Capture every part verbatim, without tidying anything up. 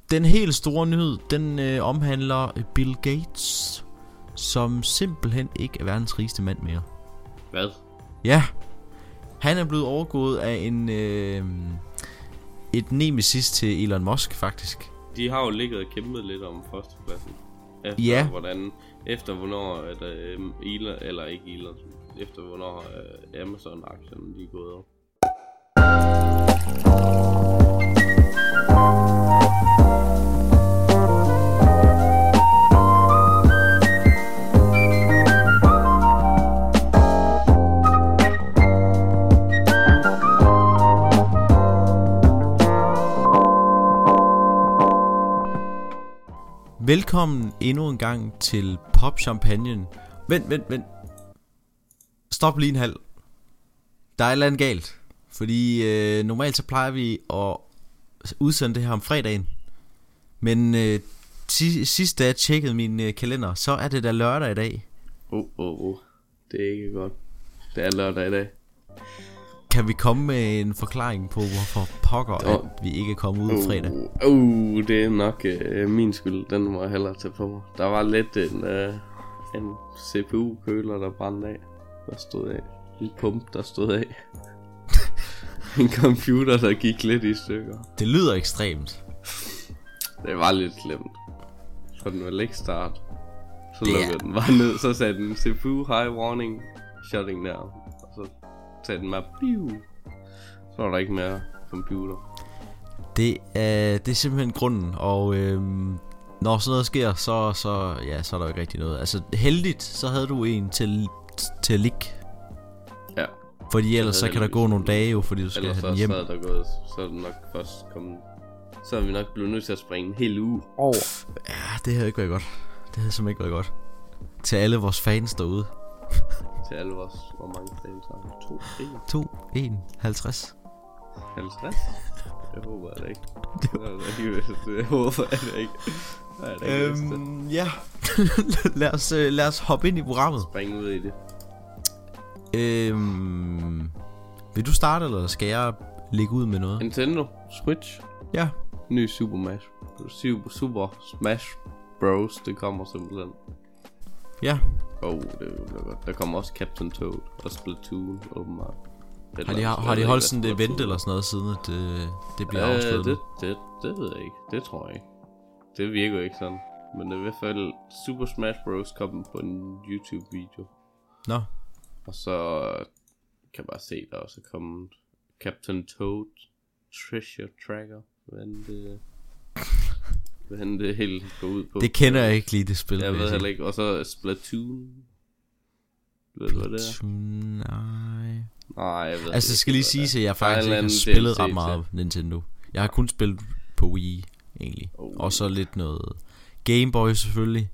Den helt store nyhed, den øh, omhandler Bill Gates, som simpelthen ikke er verdens rigeste mand mere. Hvad? Ja, han er blevet overgået af en øh, et nemesis til Elon Musk faktisk. De har jo ligget og kæmpet lidt om førstepladsen. Efter ja. hvordan, efter hvornår at øh, Elon, eller ikke Elon, efter hvornår øh, Amazon-aktierne de er gået op. Velkommen endnu en gang til Pop Champagnen. Vent, vent, vent. Stop lige en halv. Der er et eller andet galt. Fordi øh, normalt så plejer vi at udsende det her om fredagen. Men øh, si- sidst da jeg tjekkede min øh, kalender, så er det da lørdag i dag. Oh, oh, oh. Det er ikke godt. Det er lørdag i dag. Kan vi komme med en forklaring på, hvorfor pokker, oh. at vi ikke er kommet ud uh, fredag? Uh, det er nok uh, min skyld. Den må jeg hellere tage på mig. Der var lidt en, uh, en C P U-køler, der brændte af. Der stod af. En pump, der stod af. En computer, der gik lidt i stykker. Det lyder ekstremt. Det var lidt slemt. Så den ville ikke starte. Så lukkede den bare ned. Så sagde den C P U high warning, shutting down. Og så sagde den bare piu. Så var der ikke mere computer. Det er, det er simpelthen grunden. Og øhm, når sådan noget sker, så, så, ja, så er der jo ikke rigtig noget. Altså heldigt, så havde du en til, til at ligge. Ja. Fordi ellers så kan der gå nogle dage jo, fordi du skal ellers have den hjem. Ellers så er der gået, så er det nok først kommet. Så er vi nok blevet nødt til at springe en hel uge over. Ja, det havde ikke været godt. Det havde simpelthen ikke været godt. Til alle vores fans derude. Til alle vores, hvor mange fans har vi? To, en? To, en, halvtreds. halvtreds? Jeg håber det ikke. Jeg håber det ikke. Det ikke øhm, ja. lad, os, lad os hoppe ind i programmet. Spring ud i det. Øhm, vil du starte, eller skal jeg lægge ud med noget? Nintendo Switch. Ja. Ny Super Smash Super, Super Smash Bros. Det kommer simpelthen. Ja. Åh, oh, det er godt. Der kommer også Captain Toad og Splatoon åbenbart. Har de, har, har de holdt sådan et event eller sådan noget, siden at det, det bliver øh, afsluttet? Det, det, det ved jeg ikke. Det tror jeg ikke. Det virker ikke sådan. Men i hvert fald Super Smash Bros. Kom på en YouTube-video. Nå. Og så kan jeg bare se, der også er kommet Captain Toad Treasure Tracker. Hvordan det, hvordan det helt går ud på. Det kender jeg ikke lige, det spil. Jeg ved heller ikke. Og så Splatoon. Ved du hvad det er? Nej. Nej, jeg ved altså, det skal lige sige, at jeg faktisk ikke har D L C spillet ret meget Nintendo. Jeg har kun spillet på Wii, egentlig. Oh. Og så lidt noget Game Boy selvfølgelig.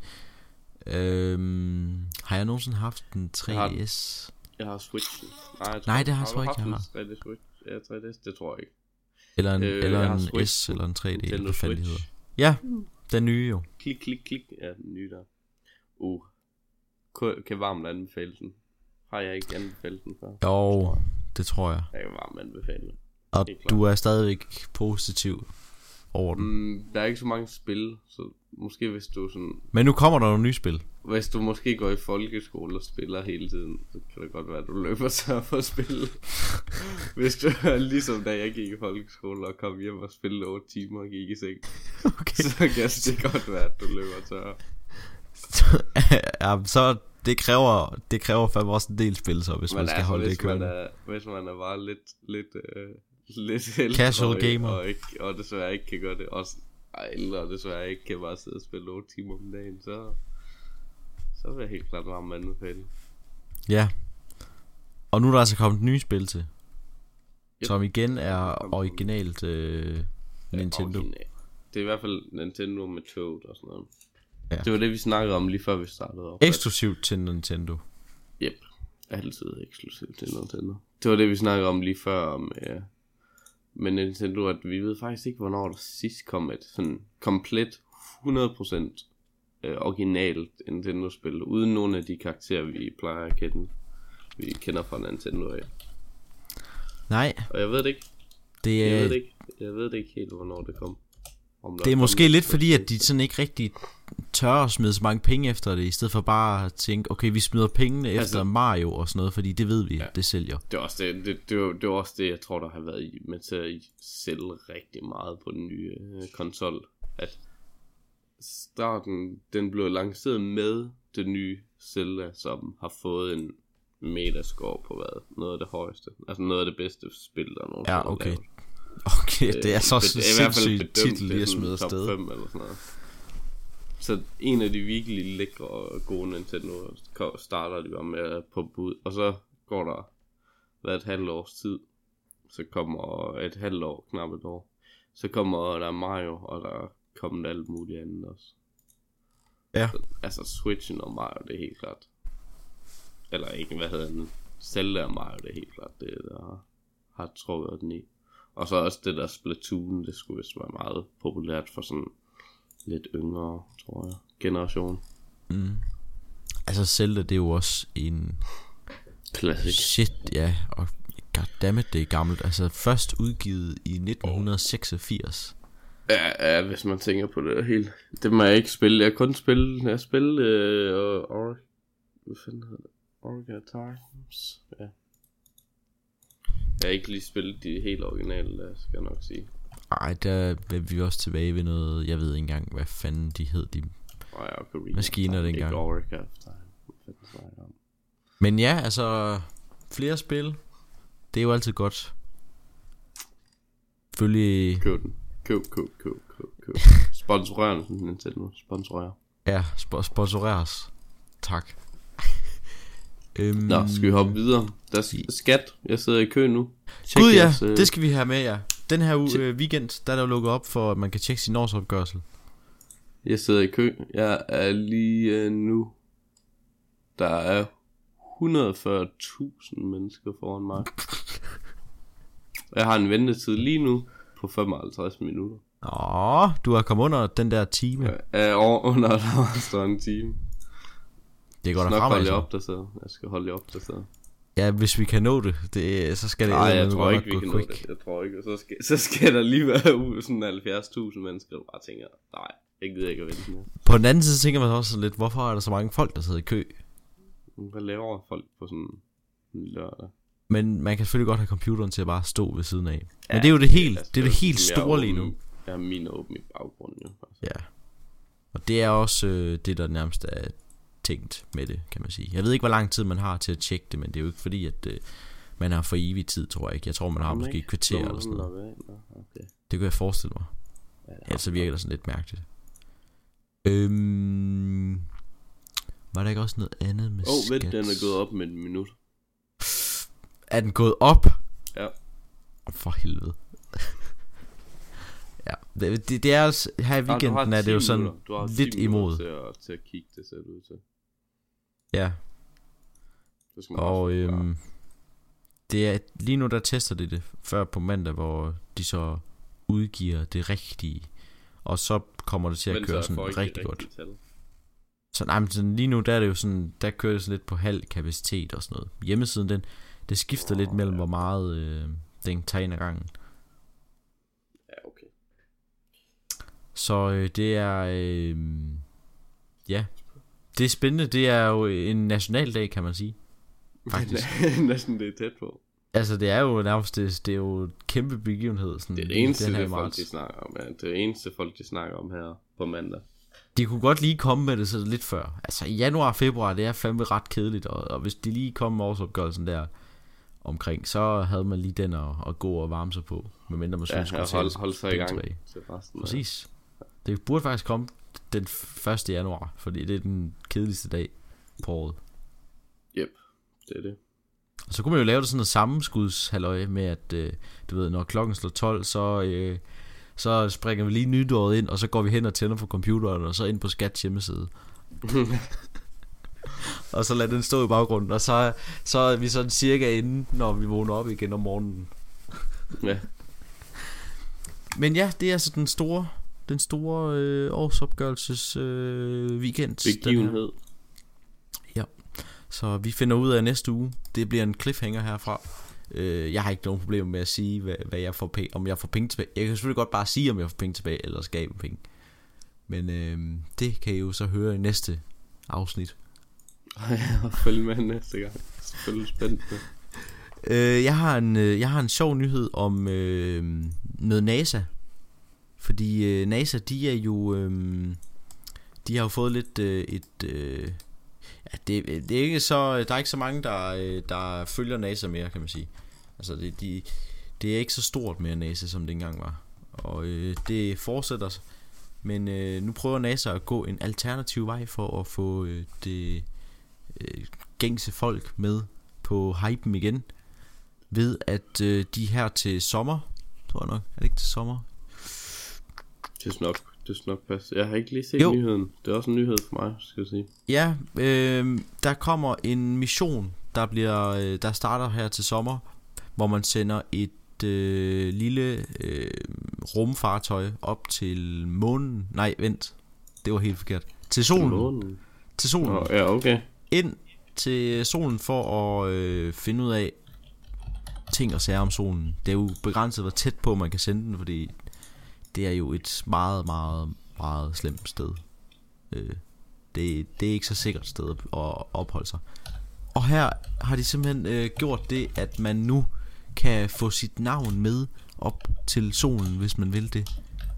Øhm, har jeg nogensinde haft en tre D S? Jeg har, jeg har Switch. Nej, jeg tror, Nej, det har jeg har tror ikke, jeg har. tre D Switch? Ja, tre D S, det tror jeg ikke. Eller en, øh, eller en Switch, S eller en tre D, Nintendo hvad fanden Switch. hedder. Ja, den nye jo. Klik, klik, klik. Ja, den nye der. Uh. Kan varmt anbefale den. Har jeg ikke anbefalet den før? Jo, det tror jeg. Jeg kan varmt anbefale den. Og du er stadigvæk positiv over den. Mm, der er ikke så mange spil, så måske hvis du sådan... Men nu kommer der nogle nye spil. Hvis du måske går i folkeskole og spiller hele tiden, så kan det godt være, at du løber tør for at spille. Hvis du er ligesom da jeg gik i folkeskole og kom hjem og spillede otte timer og gik i seng. Okay. Så kan det godt være, at du løber tør. Ja, så det kræver, det kræver fandme også en del spil, så hvis Men man skal altså, holde hvis det kørende. Man er, hvis man er bare lidt, lidt, øh, lidt ældre, casual gamer. Og, ikke, og desværre ikke kan gøre det, også er ældre, og desværre ikke kan bare sidde og spille otte timer om dagen, så, så vil jeg helt klart varmt anbefale. Ja. Og nu er der altså kommet et nye spil til, yep. Som igen er originalt øh, Nintendo. Original. Det er i hvert fald Nintendo med Toad og sådan noget. Ja. Det var det vi snakkede om lige før vi startede op. Eksklusivt til Nintendo. Yep. Altid eksklusivt til Nintendo. Det var det vi snakkede om lige før om, øh, med Nintendo, at vi ved faktisk ikke hvornår der sidst kom et sådan komplet hundrede procent øh, originalt Nintendo-spil, uden nogle af de karakterer vi plejer at kende, vi kender fra Nintendo af. Nej. Og jeg ved det ikke. Det er... Jeg ved det ikke. Jeg ved det ikke helt hvornår det kom. om det er måske lidt fordi, at de sådan ikke rigtig tør at smide så mange penge efter det, i stedet for bare at tænke, okay, vi smider pengene efter altså, Mario og sådan noget, fordi det ved vi, ja, det sælger. Det er også det, det, det, var, det var også det, jeg tror, der har været med til at sælge rigtig meget på den nye øh, konsol. At starten, den blev lanceret med det nye Zelda, som har fået en metascore på hvad? Noget af det højeste. Altså noget af det bedste spil, der nogensinde ja, okay. Okay, det er så sindssygt titel lige at smide afsted. top fem eller sådan noget. Så en af de virkelig lækre og gode Nintendo starter de bare med på bud. Og så går der hvad, et halvt års tid. Så kommer et halvt år, knap et år. Så kommer der Mario, og der kommer alt muligt andet også. Ja. Så, altså Switchen og Mario, det er helt klart. Eller ikke, hvad hedder den? Zelda og Mario, det er helt klart det, der har, har trukket den i. Og så også det der Splatoon, det skulle vist være meget populært for sådan lidt yngre, tror jeg, generation. Mm. Altså Zelda, det er jo også en classic. Shit, ja, og goddammit, det er gammelt. Altså først udgivet i nitten seksogfirs. Ja, ja, hvis man tænker på det hele. Det må jeg ikke spille. Jeg har kun spille, jeg spille øh, og hvad fanden hedder det? Orga Times. Ja. Jeg har ikke lige spillet de helt originale, der skal jeg nok sige. Ej, der er vi også tilbage ved noget. Jeg ved ikke engang, hvad fanden de hed, de oh, ja, maskiner dengang. Ikke Orga Time. Men ja, altså flere spil. Det er jo altid godt. Selvfølgelig. Køb den. Køb, køb, køb, køb, køb. Sponsorer Nintendo. Sponsorer. Ja, sp- sponsoreres. Tak. øhm, Nå, skal vi hoppe videre? Der er skat. Jeg sidder i kø nu. Check Gud ja, jeres, øh... det skal vi have med, ja. Den her u- øh, weekend, der er der lukket op for, at man kan tjekke sin årsopgørelse. Jeg sidder i kø. Jeg er lige øh, nu. Der er et hundrede og fyrre tusind mennesker foran mig. Jeg har en ventetid lige nu på femoghalvtreds minutter. Åh, du har kommet under den der time. Ja, øh, under der en time. Det går da frem, holde altså. Op, der så. Jeg skal holde jer op, der så. Ja, hvis vi kan nå det, det så skal det. Nej, jeg tror ikke vi kan quick. Nå det. Jeg tror ikke. Så skal, så skal der lige være sådan halvfjerds tusind mennesker, der bare tænker, nej, jeg gider ikke at vente mere. På den anden side tænker man også lidt, hvorfor er der så mange folk, der sidder i kø? Hvad laver folk på sådan en lørdag? Men man kan selvfølgelig godt have computeren til at bare stå ved siden af. Ja, men det er jo det helt, det, det er det helt store lige nu. Jeg har min åben i baggrunden jo. Altså. Ja. Og det er også øh, det der nærmest er tænkt med det, kan man sige. Jeg ved ikke hvor lang tid man har til at tjekke det, men det er jo ikke fordi at øh, man har for evig tid, tror jeg ikke. Jeg tror man har Jamen måske et kvarter eller sådan noget. Okay. Det kan jeg forestille mig. Ja, ellers så virker det sådan lidt mærkeligt. Øhm, var der ikke også noget andet med Åh, oh, skat? vent, den er gået op med en minut. Er den gået op? Ja. Oh, for helvede. Ja, det, det, det er altså her i weekenden ja, er det jo sådan lidt imod til at, til at kigge det ser ud til. Ja. Og øhm, det er lige nu der tester de det før på mandag, hvor de så udgiver det rigtige, og så kommer det til at men køre sådan rigtig godt. Tal. Så nej, men sådan, lige nu der er det jo sådan, der kører det sådan lidt på halv kapacitet og sådan noget. Hjemmesiden den det skifter oh, lidt mellem ja. hvor meget øh, den tager ind ad gangen. Ja, okay. Så øh, det er øh, ja, det er spændende. Det er jo en nationaldag, kan man sige. Faktisk. Næsten det er tæt på. Altså det er jo nærmest det, det er jo en kæmpe begivenhed sådan. Det er det eneste det folk de snakker om. Ja. Det er det eneste folk de snakker om her på mandag. De kunne godt lige komme med det så lidt før. Altså i januar og februar, det er fandme ret kedeligt, og, og hvis de lige kom med årsopgørelsen der omkring, så havde man lige den at, at gå og varme sig på, medmindre man synes, ja, ja, hold, hold sig i gang til resten. Præcis. Det burde faktisk komme den første januar, fordi det er den kedeligste dag på året. Yep, det er det. Og så kunne man jo lave det sådan noget sammenskudshalløj med at øh, du ved, når klokken slår tolv, så øh, så springer vi lige nytåret ind, og så går vi hen og tænder på computeren, og så ind på Skats hjemmeside. Og så lader den stå i baggrunden, og så, så er vi sådan cirka inde, når vi vågner op igen om morgenen. Ja. Men ja, det er altså den store, den store øh, årsopgørelses øh, weekend. Begivenhed. Ja. Så vi finder ud af næste uge. Det bliver en cliffhanger herfra. øh, Jeg har ikke nogen problemer med at sige hvad, hvad jeg får penge, om jeg får penge tilbage. Jeg kan selvfølgelig godt bare sige om jeg får penge tilbage, eller skal jeg penge. Men øh, det kan I jo så høre i næste afsnit. Ja, følg med næste gang. Selvfølgelig spændt med. øh, jeg, har en, jeg har en sjov nyhed om øh, noget NASA. Fordi øh, NASA, de er jo øh, de har jo fået lidt øh, et øh, ja, det, det er ikke så, der er ikke så mange der øh, der følger NASA mere, kan man sige. Altså det, de, det er ikke så stort mere NASA som det engang var. Og øh, det fortsætter. Men øh, nu prøver NASA at gå en alternativ vej for at få øh, det øh, gængse folk med på hypen igen, ved at øh, de her til sommer, tror jeg nok, er det ikke til sommer? Det er nok, det er nok passe. Jeg har ikke lige set jo. nyheden. Det er også en nyhed for mig, skal jeg sige. Ja, øh, der kommer en mission, der bliver, øh, der starter her til sommer, hvor man sender et øh, lille øh, rumfartøj op til månen. Nej, vent, det var helt forkert. Til solen. Månen. Til solen. Nå, ja, okay. Ind til solen for at øh, finde ud af ting og sager om solen. Det er jo begrænset, hvor tæt på man kan sende den, fordi det er jo et meget, meget, meget slemt sted. øh, det, det er ikke så sikkert sted at opholde sig. Og her har de simpelthen øh, gjort det, at man nu kan få sit navn med op til solen, hvis man vil det.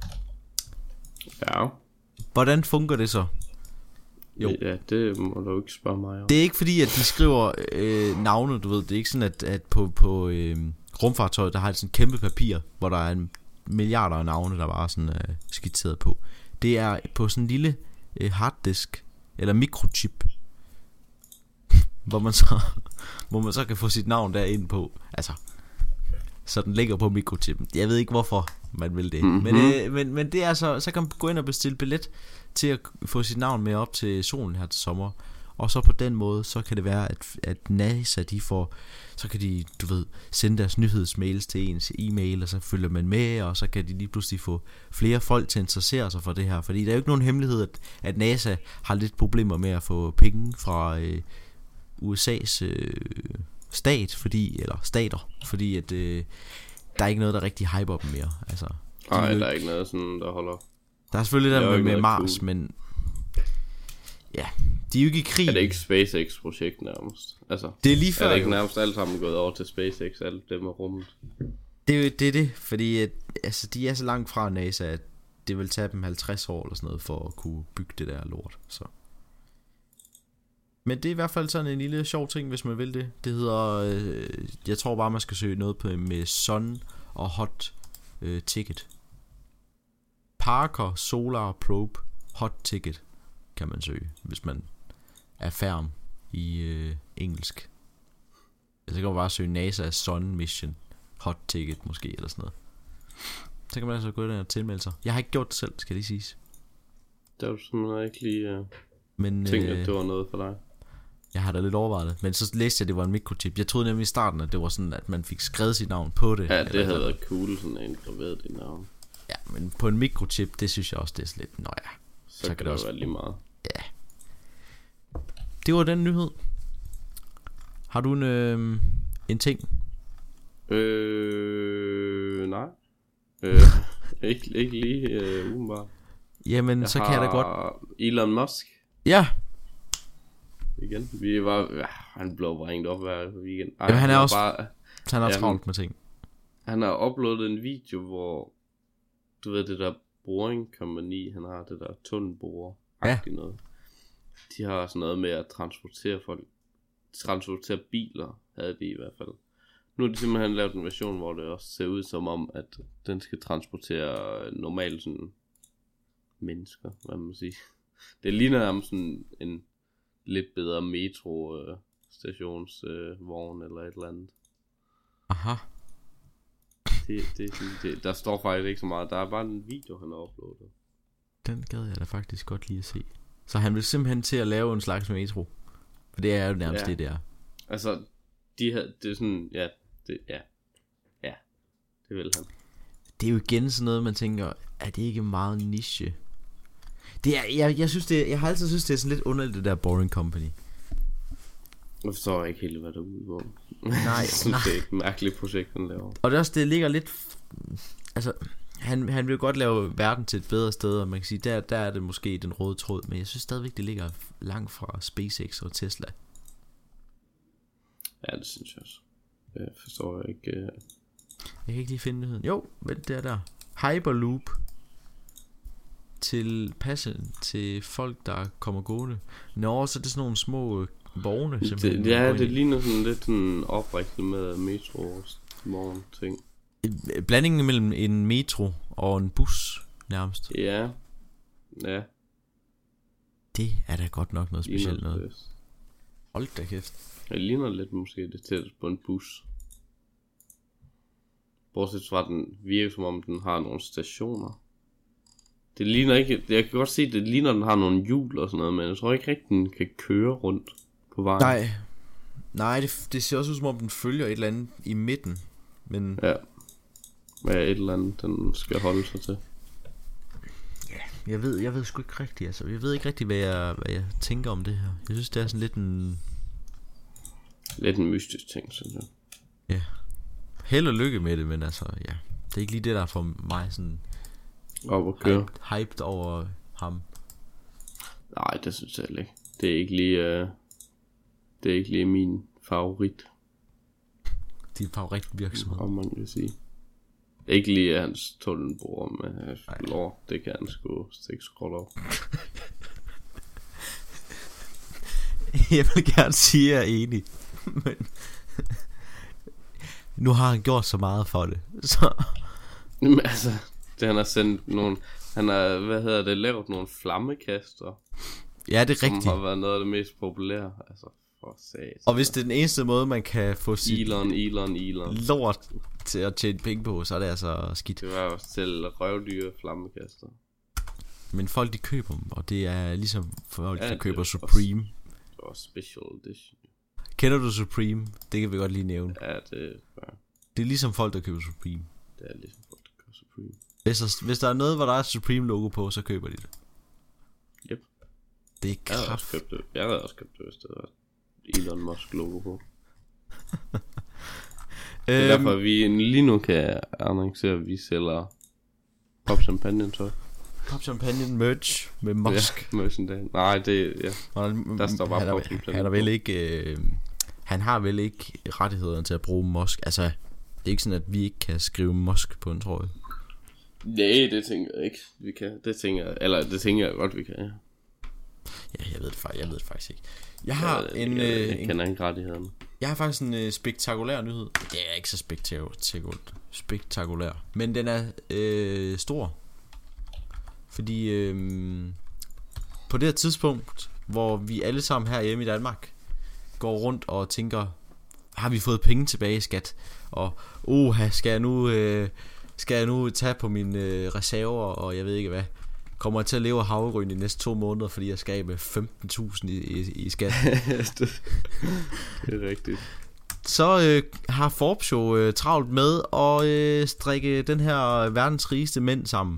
Ja. Hvordan fungerer det så? Jo. Ja, det må du ikke spørge mig om. Det er ikke fordi at de skriver øh, navne, du ved. Det er ikke sådan at, at på, på øh, rumfartøjet der har de sådan kæmpe papir, hvor der er en milliarder af navne, der bare er sådan øh, skitseret på. Det er på sådan en lille øh, harddisk eller mikrochip, hvor man så hvor man så kan få sit navn derind på. Altså, så den ligger på mikrochippen. Jeg ved ikke hvorfor man vil det. Mm-hmm. Men, øh, men men det er så så kan man gå ind og bestille billet til at få sit navn med op til solen her til sommer. Og så på den måde, så kan det være at, at NASA de får, så kan de, du ved, sende deres nyhedsmails til ens e-mail, og så følger man med, og så kan de lige pludselig få flere folk til at interessere sig for det her. Fordi der er jo ikke nogen hemmelighed, at, at NASA har lidt problemer med at få penge fra øh, U S A's øh, stat, fordi, eller stater, fordi at øh, der er ikke noget, der rigtig hyper dem mere. Altså, nej, de der er ikke noget sådan, der holder. Der er selvfølgelig der med, med Mars, cool. Men ja, de er jo ikke i krig. Er det ikke SpaceX-projekt nærmest? Altså, det er lige før. Er det ikke nærmest alt sammen gået over til SpaceX, alt det med rummet? Det er jo det, det, fordi at, altså, de er så langt fra NASA, at det vil tage dem halvtreds år eller sådan noget for at kunne bygge det der lort. Så. Men det er i hvert fald sådan en lille sjov ting, hvis man vil det. Det hedder, øh, jeg tror bare man skal søge noget på med Sun og Hot øh, Ticket. Parker Solar Probe Hot Ticket kan man søge, hvis man er færm i øh, engelsk. Så kan man bare søge NASA Sun Mission Hot Ticket måske, eller sådan noget. Så kan man altså gå ind og tilmelde sig. Jeg har ikke gjort det selv, skal det siges. Det var simpelthen ikke lige uh, men, tænkt, øh, at det var noget for dig. Jeg har da lidt overvejet det. Men så læste jeg, at det var en mikrochip. Jeg troede nemlig i starten, at det var sådan, at man fik skrevet sit navn på det. Ja, det havde været cool, sådan en graveret dit navn. Ja, men på en mikrochip, det synes jeg også, det er lidt. Nå ja, så, så kan, kan det også være lige meget. Ja. Det var den nyhed. Har du en, øh, en ting? Øh, nej. Øh, ikke, ikke lige øh, umiddelbart. Jamen, jeg så kan jeg da godt. Elon Musk. Ja. Igen. Vi var, ja, han blev ringet op hver weekend. Ej, Jamen, han er han også, bare, han er også ja, travlt med ting. Han har uploadet en video, hvor, du ved det der boring kompagni, han har det der tunnelborer. Ja. Noget. De har sådan noget med at transportere folk, transportere biler, havde de i hvert fald. Nu har de simpelthen lavet en version, hvor det også ser ud som om, at den skal transportere normalt sådan mennesker, hvad man siger. Det ligner nærmest sådan en lidt bedre metro øh, stationsvogn øh, eller et eller andet. Aha. Det, det, det, der står faktisk ikke så meget. Der er bare en video, han har uploadet. Den gad jeg da faktisk godt lige at se. Så han vil simpelthen til at lave en slags metro. For det er jo nærmest ja. det der. Altså, de havde, det er sådan, ja, det, ja, ja, det vil han. Det er jo igen sådan noget, man tænker, er det ikke meget niche? Det er, jeg, jeg synes det, jeg har altid synes det er sådan lidt underligt det der Boring Company. Jeg forstår ikke helt, hvad der er ude på. Nej, jeg synes, nej. det er et mærkeligt projekt, han laver. Og det er også, det ligger lidt... Altså, han, han vil godt lave verden til et bedre sted, og man kan sige, der, der er det måske den røde tråd, men jeg synes stadigvæk, det ligger langt fra SpaceX og Tesla. Ja, det synes jeg også. Jeg forstår ikke... Uh... Jeg kan ikke lige finde nyheden. Jo, vent, det er der. Hyperloop. Til passe til folk, der kommer gående. Nå, så er det sådan nogle små vogne. Det, ja, det ligner sådan lidt sådan oprigtet med metro morgen ting. Blandingen mellem en metro og en bus nærmest. Ja. Ja. Det er da godt nok noget specielt noget. Det. Hold da kæft. Det ligner lidt måske det tæt på en bus. Bortset fra den virker som om den har nogle stationer. Det ligner ikke, jeg kan godt se det ligner den har nogle hjul og sådan noget, men jeg tror ikke rigtig den kan køre rundt på vejen. Nej. Nej, det, det ser også ud som om den følger et eller andet i midten. Men ja. Ja, et eller andet den skal holde sig til. Ja, jeg ved, jeg ved sgu ikke rigtigt, altså. Jeg ved ikke rigtigt, hvad jeg, hvad jeg tænker om det her. Jeg synes, det er sådan lidt en... Lidt en mystisk ting, synes jeg. Ja. Held og lykke med det, men altså, ja. Det er ikke lige det, der får mig sådan... Op at køre. Hyped, hyped over ham. Nej, det synes jeg ikke. Det er ikke lige... Uh... Det er ikke lige min favorit. Din favorit virksomhed. Om man kan sige. Ikke lige hans tunnelbord med lår. Det kan han sgu stikke skrål op. Jeg vil gerne sige, at jeg er enig. Men nu har han gjort så meget for det. Så men altså, det han har sendt nogle... Han har, hvad hedder det, lavet nogle flammekaster. Ja, det er som rigtigt. Som har været noget af det mest populære. Altså, for sat. Og hvis det er den eneste måde, man kan få sit Elon, Elon, Elon lort til at tjene penge på, så er det altså skidt. Det var også til røvdyre flammekaster. Men folk de køber dem, og det er ligesom folk ja, der køber også, Supreme. Det var special edition. Kender du Supreme? Det kan vi godt lige nævne. Ja, det ja. Det er ligesom folk der køber Supreme. Det er ligesom folk der køber Supreme. Hvis der, hvis der er noget, hvor der er et Supreme logo på, så køber de det. Yep. Det er jeg havde også købt det. Jeg havde også købt det, hvis det var Elon Musk logo på. Det er derfor, at vi lige nu kan annoncere, at vi sælger Pop Champagne tøj. Pop Champagne merch med Musk. Ja, merchandise. Nej, det ja. Der står bare Pop Champagne. Han er vel ikke øh, han har vel ikke rettighederne til at bruge Musk. Altså, det er ikke sådan, at vi ikke kan skrive Musk på en trøje. Nej, det tænker jeg ikke. Vi kan. Det tænker jeg, eller det tænker jeg godt, vi kan. Ja, ja jeg ved det faktisk, jeg ved det faktisk ikke. Jeg har ja, en jeg, øh, jeg kender ikke rettighederne. Jeg har faktisk en øh, spektakulær nyhed. Det er ikke så spektakulær, spektakulær, men den er øh, stor. Fordi øh, på det her tidspunkt, hvor vi alle sammen her hjemme i Danmark går rundt og tænker, har vi fået penge tilbage, skat? Og oha, skal jeg nu øh, skal jeg nu tage på mine øh, reserver, og jeg ved ikke hvad. Kommer jeg til at leve af havregryn de næste to måneder, fordi jeg skal med femten tusind i, i, i skat. det, det er rigtigt. Så øh, har Forbes jo øh, travlt med at øh, strikke den her verdens rigeste mænd sammen.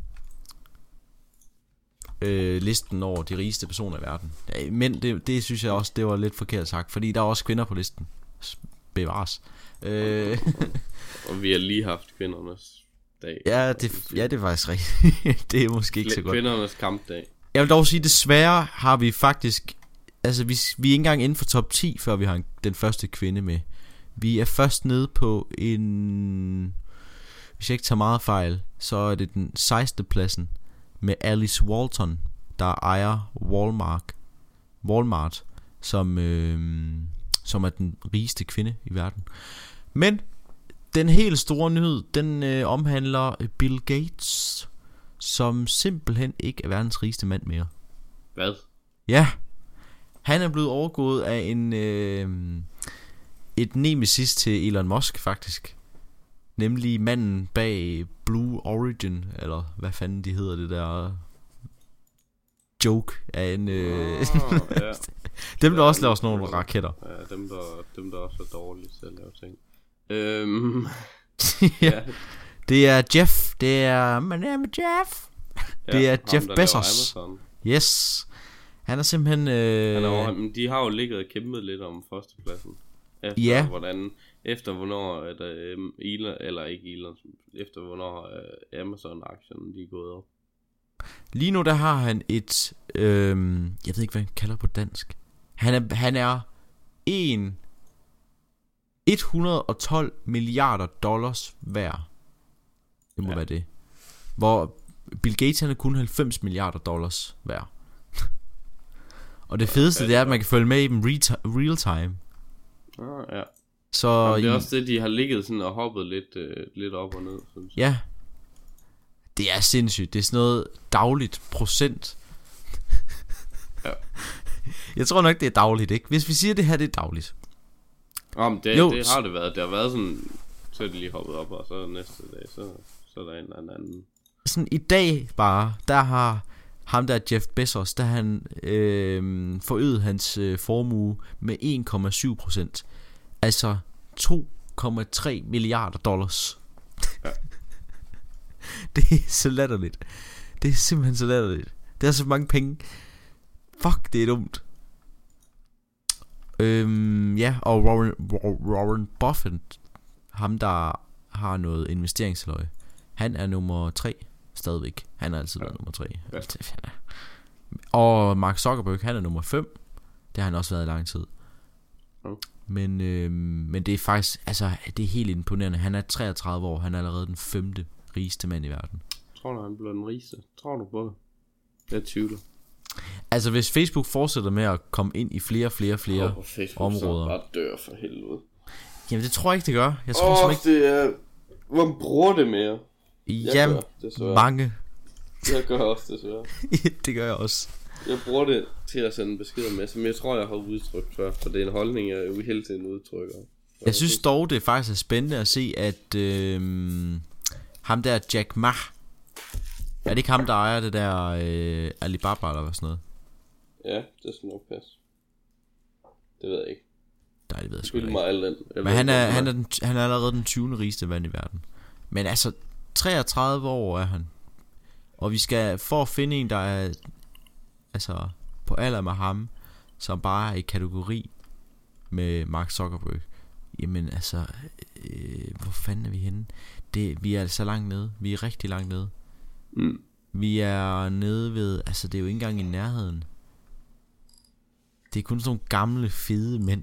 Øh, listen over de rigeste personer i verden. Ja, men det, det synes jeg også, det var lidt forkert sagt, fordi der er også kvinder på listen. Bevares. Øh. Og vi har lige haft kvindernes dag. Ja, det, ja, det er faktisk rigtigt. Det er måske ikke så godt. Kvindernes kampdag. Jeg vil dog sige, desværre har vi faktisk... Altså, vi, vi er ikke engang inden for top ti, før vi har en, den første kvinde med. Vi er først nede på en... Hvis jeg ikke tager meget fejl, så er det den sekstende pladsen med Alice Walton, der ejer Walmart, Walmart som, øh, som er den rigeste kvinde i verden. Men den helt store nyhed, den øh, omhandler Bill Gates, som simpelthen ikke er verdens rigeste mand mere. Hvad? Ja, han er blevet overgået af en øh, et nemesis til Elon Musk faktisk. Nemlig manden bag Blue Origin, eller hvad fanden de hedder, det der joke af en... Øh, oh, ja. Dem der også laver sådan nogle raketter. Ja, dem der, dem der også er dårlige til at lave ting. Øhm, ja. Ja. Det er Jeff, det er... My name is Jeff. Ja, det er Jeff Bezos. Yes. Han er simpelthen... Øh... Han er over, men de har jo ligget og kæmpet lidt om førstepladsen. Efter Ja. hvordan... Efter hvornår... At, øh, Elon, eller ikke Elon. Efter hvornår øh, Amazon-aktierne de er gået op. Lige nu der har han et... Øh... Jeg ved ikke, hvad han kalder på dansk. Han er, han er en... et hundrede og tolv milliarder dollars værd. Det må ja. være det. Hvor Bill Gates han er kun halvfems milliarder dollars værd. Og det fedeste ja, det er at man kan følge med i dem re- real time. Ah, ja. Så jamen, det er i, også det de har ligget sådan og hoppet lidt, øh, lidt op og ned, synes jeg. Ja. Det er sindssygt. Det er sådan noget dagligt procent. Ja. Jeg tror nok det er dagligt, ikke? Hvis vi siger det her det er dagligt. Jamen det, jo, det har det været. Det har været sådan. Så er det lige hoppet op, og så næste dag så, så er der en eller anden. Sådan i dag bare, der har ham der Jeff Bezos, der han øh, forøget hans øh, formue med en komma syv procent. Altså to komma tre milliarder dollars. Ja. Det er så latterligt. Det er simpelthen så latterligt. Det er så mange penge. Fuck, det er dumt. Øhm, ja, og Warren, Warren Buffett, ham der har noget investeringsløje, han er nummer tre stadigvæk. Han er altid ja. været nummer tre. Ja. Og Mark Zuckerberg, han er nummer fem. Det har han også været i lang tid. Ja. Men, øhm, men det er faktisk, altså, det er helt imponerende. Han er treogtredive år, han er allerede den femte rigeste mand i verden. Tror du, han bliver den rigeste? Tror du på det? Jeg tvivler. Altså hvis Facebook fortsætter med at komme ind i flere, flere, flere oh, områder. Så bare dør for helvede. Jamen det tror jeg ikke det gør. Jeg tror Åh, oh, ikke det er... Hvem bruger det mere? Jamen, mange. Jeg gør også desværre. Det gør jeg også. Jeg bruger det til at sende beskeder med, som jeg tror jeg har udtrykt før. For det er en holdning jeg jo hele tiden udtrykker. Jeg synes dog det faktisk er spændende at se at øh, ham der Jack Ma, er det ikke ham der ejer det der øh, Alibaba eller hvad sådan noget? Ja, det skal nok passe. Det ved jeg ikke. Nej, det ved jeg sgu ikke. Mig den. Jeg Men han er, han, er den, han er allerede den tyvende rigeste mand i verden. Men altså treogtredive år er han. Og vi skal for at finde en der er altså på alder med ham, som bare er i kategori med Mark Zuckerberg. Jamen altså øh, hvor fanden er vi henne? Det, vi er så langt nede. Vi er rigtig langt nede. Mm. Vi er nede ved, altså det er jo ikke engang i nærheden. Det er kun sådan nogle gamle fede mænd.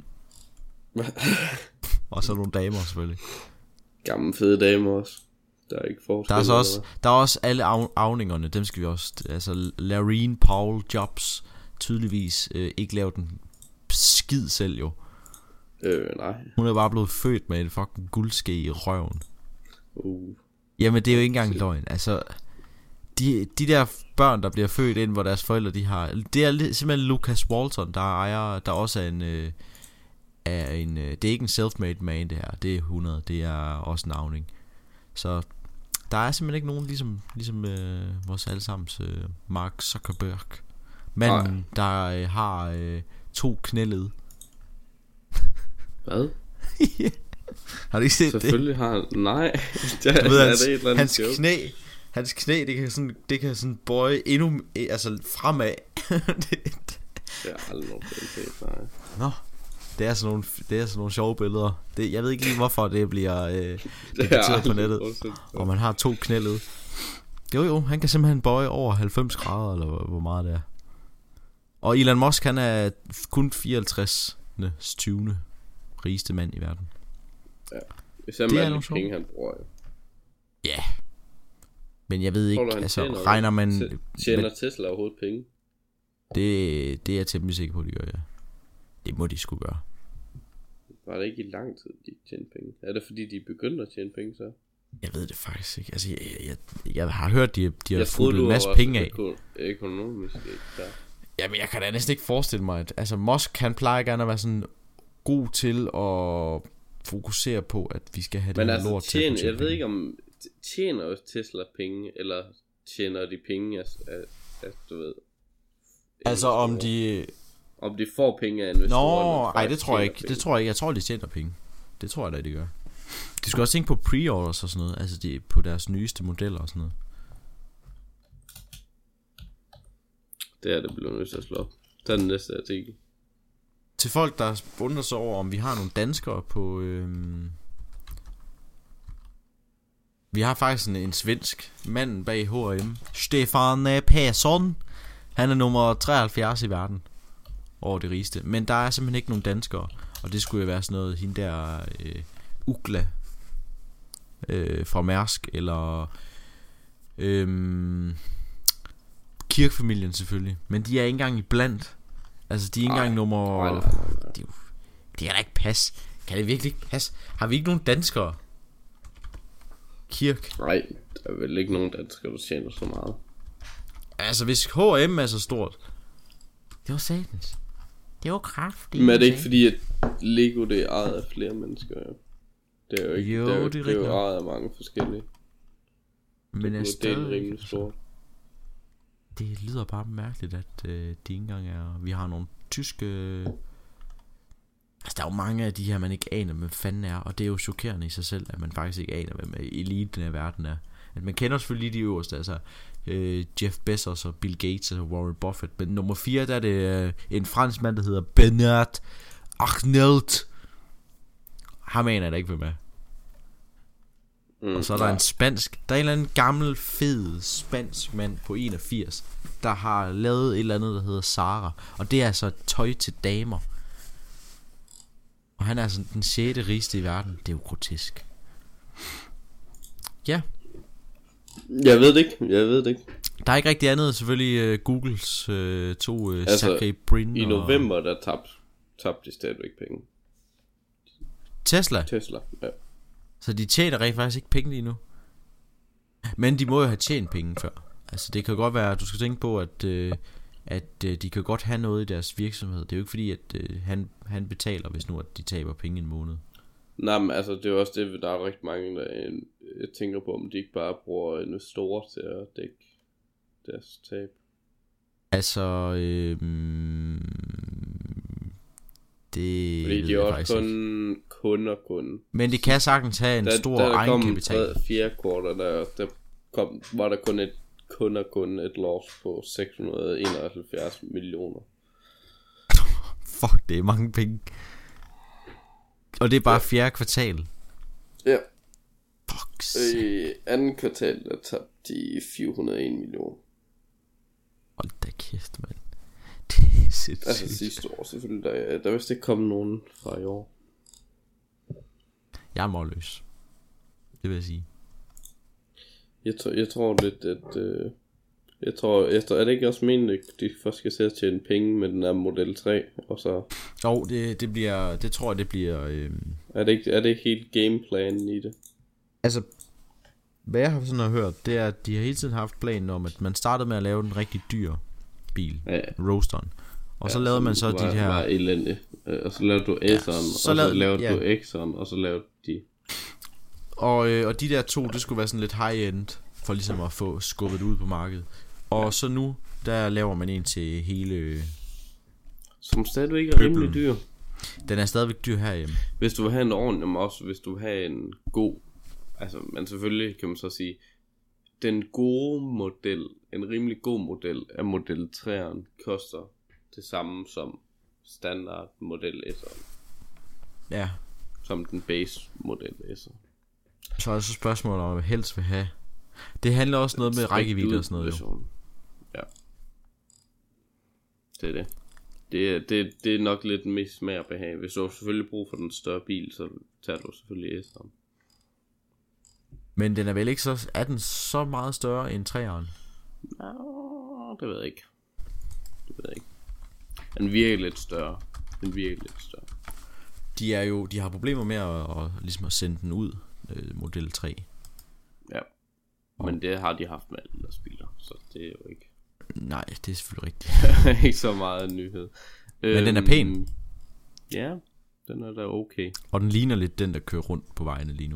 Og så nogle damer selvfølgelig. Gamle fede damer også. Der er ikke forskel. Der er så også, der er også alle af, afningerne. Dem skal vi også, altså Larine Paul Jobs tydeligvis øh, ikke lavet den skid selv jo. Øh nej. Hun er bare blevet født med en fucking guldske i røven. Uh. Jamen det er jo ikke engang løgn. Altså de, de der børn der bliver født ind hvor deres forældre de har, det er simpelthen Lucas Walton der ejer, der også er en øh, er en øh, det er ikke en self-made man det her. Det er hundrede. Det er også en avning. Så der er simpelthen ikke nogen ligesom ligesom øh, vores allesammens øh, Mark Zuckerberg. Manden der øh, har øh, to knæled. Hvad? Yeah. Har du ikke set Selvfølgelig det? Selvfølgelig har han. Nej. Det er, ved, er hans, det et eller andet hans joke? knæ, hans knæ, det kan sådan, det kan sådan bøje endnu, altså fremad. Det er aldrig nogen set, nej. Nå, det er sådan nogle, det er sådan nogle sjove billeder. Det, jeg ved ikke lige hvorfor det bliver øh, debatteret på nettet. Og man har to knæled. Jo jo, han kan simpelthen bøje over halvfems grader eller hvor, hvor meget det er. Og Elon Musk han er kun fireoghalvtreds tyvende rigeste mand i verden. Ja. Især med alle de penge han bruger jo. Ja. Men jeg ved ikke, du, altså tjener, regner man tjener men, Tesla overhovedet penge? Det, det er jeg temmelig sikker på at de gør, ja. Det må de sgu gøre. Var det ikke i lang tid de tjente penge? Er det fordi de begyndte at tjene penge så? Jeg ved det faktisk ikke. Altså jeg, jeg, jeg, jeg har hørt de, de har fået en masse også penge af økonomisk ikke der. Jamen jeg kan da næsten ikke forestille mig at, altså Musk han plejer gerne at være sådan god til at fokusere på at vi skal have men det altså, lort tjener, til. Jeg ved ikke om tjener Tesla penge eller tjener de penge af, af, af du ved. Altså om de om de får penge af investorerne. Nå, nej det tror jeg ikke. Penge. Det tror jeg ikke. Jeg tror de tjener penge. Det tror jeg da de gør. De skal også tænke på pre-orders og sådan noget. Altså de på deres nyeste modeller og sådan noget. Det er det blevet nødt til at slå op. tag den næste artikel. Til folk, der undrer sig over, om vi har nogle danskere på... Øhm... Vi har faktisk en, en svensk mand bag H og M. Stefan Persson. Han er nummer treoghalvfjerds i verden over det rigeste. Men der er simpelthen ikke nogen danskere. Og det skulle jo være sådan noget, hende der øh, Ugla øh, fra Mærsk. Eller øh, Kirk-familien selvfølgelig. Men de er ikke engang i blandt. Altså de er ikke engang nummer... Det, det er da ikke pas. Kan det virkelig ikke passe? Har vi ikke nogen danskere? Kirk. Nej, der er vel ikke nogen danskere, der tjener så meget. Altså hvis H og M er så stort. Det var satans. Det var kraftigt. Men er det ikke fordi at Lego det er ejet af flere mennesker? Ja? Det er jo ikke. Jo, det er jo, det er det er jo rigtigt. ejet af mange forskellige. Men det, det er rimelig stort. Det lyder bare mærkeligt, at øh, de ikke engang er. Vi har nogle tyske. Altså der er jo mange af de her man ikke aner hvem fanden er. Og det er jo chokerende i sig selv, at man faktisk ikke aner hvem eliten af verden er. At man kender selvfølgelig de øverste, altså øh, Jeff Bezos og Bill Gates og Warren Buffett. Men nummer fire, der er det øh, en fransk mand, der hedder Bernard Arnault. Ham aner jeg da ikke hvem er. Mm, og så er der ja. en spansk. Der er en eller anden gammel fed spansk mand på enogfirs, der har lavet et eller andet der hedder Zara. Og det er altså tøj til damer. Og han er altså den sjette rigeste i verden. Det er jo grotesk. Ja. Jeg ved det ikke. Jeg ved det ikke. Der er ikke rigtig andet. Selvfølgelig uh, Googles uh, to uh, altså, Sergey Brin. I november der tabte tabte de stadigvæk penge. Tesla. Tesla. Ja. Så de tjener rent faktisk ikke penge lige nu. Men de må jo have tjent penge før. Altså det kan godt være. Du skal tænke på at uh, at uh, de kan godt have noget i deres virksomhed. Det er jo ikke fordi at uh, han han betaler hvis nu at de taber penge en måned. Nej, men altså det er også det, der er rigtig mange der jeg tænker på om de ikke bare bruger investorer til at dække deres tab. Altså øhm, det fordi de er også kun ikke. kunder kun. Men de kan sagtens have en der, stor der egenkapital. Der kom fjerde kvartal der, der kom, var der kun et kunder kun et loss på seks hundrede og enoghalvfjerds millioner. Fuck, det er mange penge. Og det er bare ja. fjerde kvartal. Ja. Fuck. I anden kvartal der tabte de fire hundrede og en millioner. Hold da kæft, mand. Det er sindssygt. Altså sidste år selvfølgelig. Der, der vist ikke komme nogen fra i år. Jeg er målløs. Det vil jeg sige. Jeg, tror, jeg tror lidt at øh, jeg tror efter er det ikke også meningen at de først skal sætte tjene penge med den her Model tre og så. Jo, oh, det det bliver det tror jeg det bliver. Øh... Er det ikke er det ikke helt gameplanen i det? Altså hvad jeg har sådan har hørt, det er at de har hele tiden haft planen om at man startede med at lave en rigtig dyr bil, ja. Roadsteren. Og ja, så lavede man så var, de her var elendig. Og så lavede du S'eren, ja, så og lavede, så lavede ja. du X'eren, og så lavede de. Og, øh, og de der to, det skulle være sådan lidt high-end, for ligesom at få skubbet ud på markedet. Og ja. så nu, der laver man en til hele... Som stadigvæk er rimelig dyr. Den er stadigvæk dyr herhjemme. Hvis du vil have en ordentlig, men også hvis du vil have en god... Altså, men selvfølgelig kan man så sige, den gode model, en rimelig god model af Model tre'eren, koster det samme som standard Model S'eren. Ja. Som den base Model S'eren. Så er det så spørgsmålet om hvad helst vil have. Det handler også noget med rækkevidde og sådan noget jo. Ja. Det er det. Det er, det, det er nok lidt mest smag og behag. Hvis du har selvfølgelig brug for den større bil, så tager du selvfølgelig S'eren. Men den er vel ikke så... Er den så meget større end treeren? Nå, det ved jeg ikke. Det ved jeg ikke. Den virker lidt større. Den virker lidt større. De er jo... De har problemer med at, at, ligesom at sende den ud. Øh, Model tre. Ja. Men det har de haft med alle deres biler. Så det er jo ikke... Nej, det er selvfølgelig rigtigt. Ikke så meget en nyhed. Men øhm, den er pæn. Ja, den er da okay. Og den ligner lidt den der kører rundt på vejene lige nu.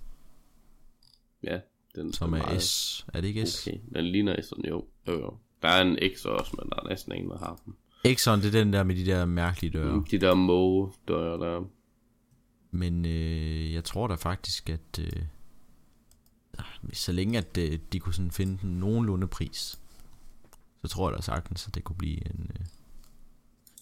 Ja, den som er, er S. Er det ikke S? Okay, den ligner S'eren, jo. jo, jo. Der er en X også, men der er næsten ingen, der har den. X'eren, det er den der med de der mærkelige døre. Mm, de der Moe døre der. Men øh, jeg tror da faktisk, at øh, så længe at øh, de kunne sådan finde den nogenlunde pris, så tror jeg da sagtens, at det kunne blive en, øh,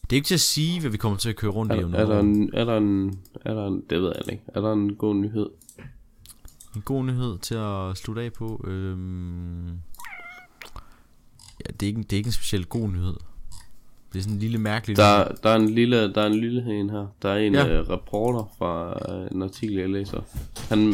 Det er ikke til at sige, hvad vi kommer til at køre rundt er, i om er, der noget. en, er der en... Er der en... Det ved jeg ikke. Er der en god nyhed? En god nyhed til at slutte af på. Øhm... Ja, det er, ikke, det er ikke en specielt god nyhed. Det er sådan en lille mærkelig der, der er en lille Der er en lille en her. Der er en ja. uh, reporter fra uh, en artikel jeg læser. Han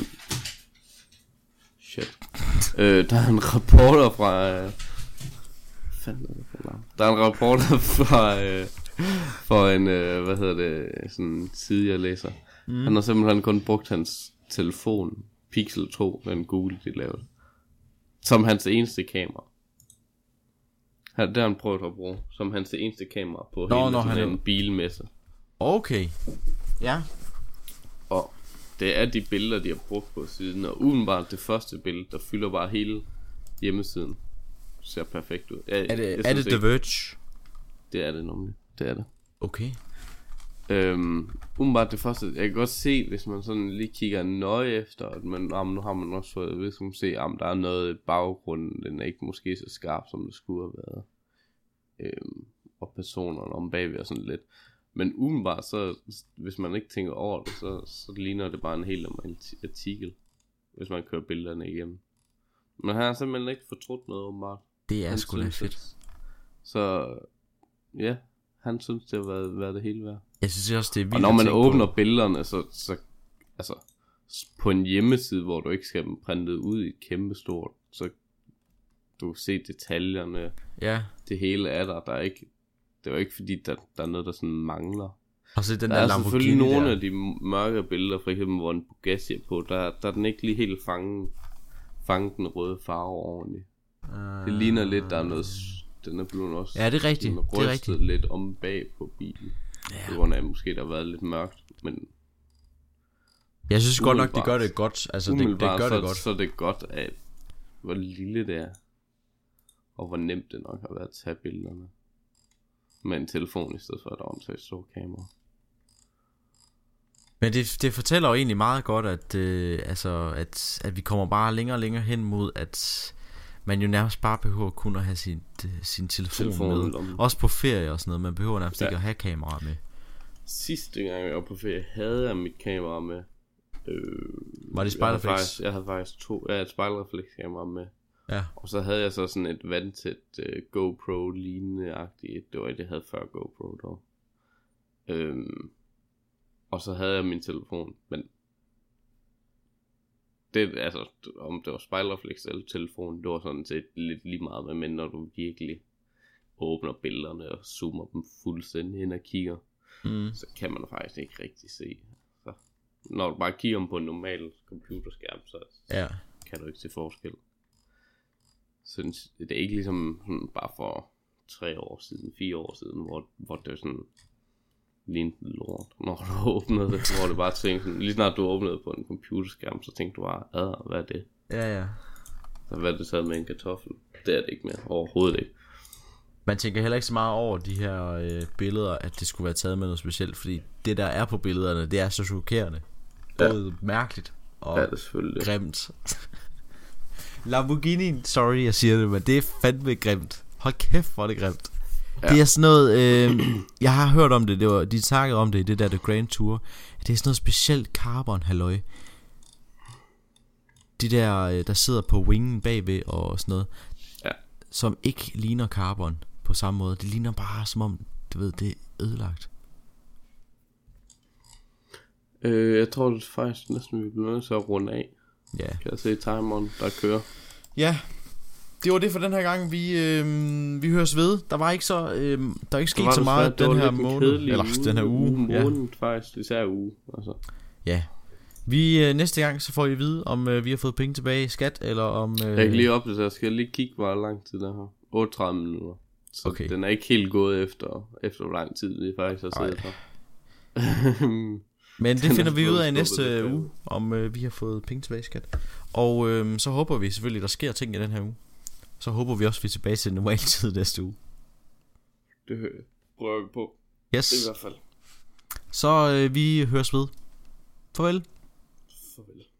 Shit øh, Der er en reporter fra uh... fanden er det for navn? Der er en reporter fra uh... For en uh, Hvad hedder det? Sådan en side jeg læser. mm. Han har simpelthen kun brugt hans telefon Pixel to, den Google de lavede, som hans eneste kamera. Her, det har han prøvet at bruge som hans eneste kamera på Nå, hele når sådan han en er... bilmesse. Okay. Ja. Og det er de billeder de har brugt på siden. Og udenbart det første billede, der fylder bare hele hjemmesiden, ser perfekt ud. Jeg, Er det, jeg er det The Verge? Det er det nemlig. Det er det. Okay. Øhm, umiddelbart det første. Jeg kan godt se, hvis man sådan lige kigger nøje efter, at man, jamen, nu har man også fået, hvis man se, om der er noget i baggrunden, den er ikke måske så skarp, som det skulle have været. Øhm, og personerne om bagved og sådan lidt. Men umiddelbart så, hvis man ikke tænker over det, så, så ligner det bare en helt normal artikel, hvis man kører billederne igennem. Men han har simpelthen ikke fortrudt noget umiddelbart. Det er Han sgu da synes, fedt. at- Så ja, han synes det har været, været det hele værd. Jeg synes også det er vildt Og når at man tænke åbner på. billederne, så, så altså på en hjemmeside, hvor du ikke skal have dem printet ud i et kæmpe stort, så du kan se detaljerne, Ja. det hele er der. Der er ikke, det er jo ikke fordi der, der er noget der sådan mangler. Og så den Der der er Lamborghini selvfølgelig nogle der. af de mørke billeder, for eksempel hvor en Bugatti er på, der, der er den ikke lige helt fanget, fanget den røde farve ordentligt. Det ligner lidt, der er noget, den er blevet også, Ja, det er rigtigt. den er Det er rystet rigtigt. lidt om bag på bilen. Ja. På grund af, at måske der har været lidt mørkt, men Jeg synes godt nok de umiddelbart- gør det godt. Altså det, det umiddelbart, gør så, det godt. så er det godt, at hvor lille det er, og hvor nemt det nok har været at tage billederne med en telefon i stedet for et ordentligt stort kamera. Men det, det fortæller jo egentlig meget godt, at, øh, altså, at, at vi kommer bare længere og længere hen mod, at man jo nærmest bare behøver kun at have sin, øh, sin telefon, Telefonen med. i lommen. Også på ferie og sådan noget. Man behøver nærmest Ja. ikke at have kamera med. Sidste gang jeg var på ferie, havde jeg mit kamera med. Øh, Var det jeg havde spejlreflex? faktisk, jeg havde faktisk to, ja, et spejlreflex kamera med. Ja. Og så havde jeg så sådan et vandtæt uh, GoPro lignende-agtigt. Det var det, jeg havde før GoPro dog. Øhm, og så havde jeg min telefon. Men det, altså, om det var spejlreflex eller telefon, det var sådan set lidt lige meget med, men når du virkelig åbner billederne og zoomer dem fuldstændig ind og kigger, Mm. så kan man faktisk ikke rigtig se. Så, når du bare kigger dem på en normal computerskærm, så Ja. kan du ikke se forskel. Synes, det er ikke ligesom sådan, bare for tre år siden, fire år siden, hvor, hvor det var sådan lignede lort, når du åbnede det, hvor det bare tænkte sådan, lige snart du åbnede på en computerskærm, så tænkte du bare, ad, hvad er det? Ja, ja. Så hvad er det taget med en kartoffel? Det er det ikke mere, overhovedet ikke. Man tænker heller ikke så meget over de her øh, billeder, at det skulle være taget med noget specielt, fordi det der er på billederne, det er så chokerende. Både ja. mærkeligt og Ja, det er selvfølgelig. grimt. Lamborghini, sorry jeg siger det, men det er fandme grimt. Hold kæft, hvor er det grimt. Ja. Det er sådan noget, øh, jeg har hørt om det, det var, de snakkede om det i det der The Grand Tour. Det er sådan noget specielt carbon halløj. De der, øh, der sidder på wingen bagved og sådan noget, Ja. som ikke ligner carbon på samme måde. Det ligner bare som om, du ved, det er ødelagt. Øh, jeg tror det faktisk næsten, vi bliver nødt til at runde af. Ja. Kan jeg se timeren, der kører. Ja, det var det for den her gang. Vi, øh, vi høres ved. Der var ikke så, øh, der er ikke sket så meget den her måned. Eller uge, den her uge. uge Ja. måned, faktisk, især uge. Altså. Ja. Vi øh, næste gang så får I at vide om øh, vi har fået penge tilbage i skat eller om øh... Jeg kan lige opdatere, jeg skal lige kigge hvor lang tid der her. otteogtredive minutter. Så Okay. den er ikke helt gået efter efter hvor lang tid vi faktisk har siddet her. Men det Den er finder vi ud af i skubbet næste lidt uge, om øh, vi har fået penge tilbage i skat. Og øh, så håber vi selvfølgelig, der sker ting i den her uge. Så håber vi også, vi er tilbage til normal tid næste uge. Det prøver vi på. Yes. I hvert fald. Så øh, vi høres ved. Farvel. Farvel.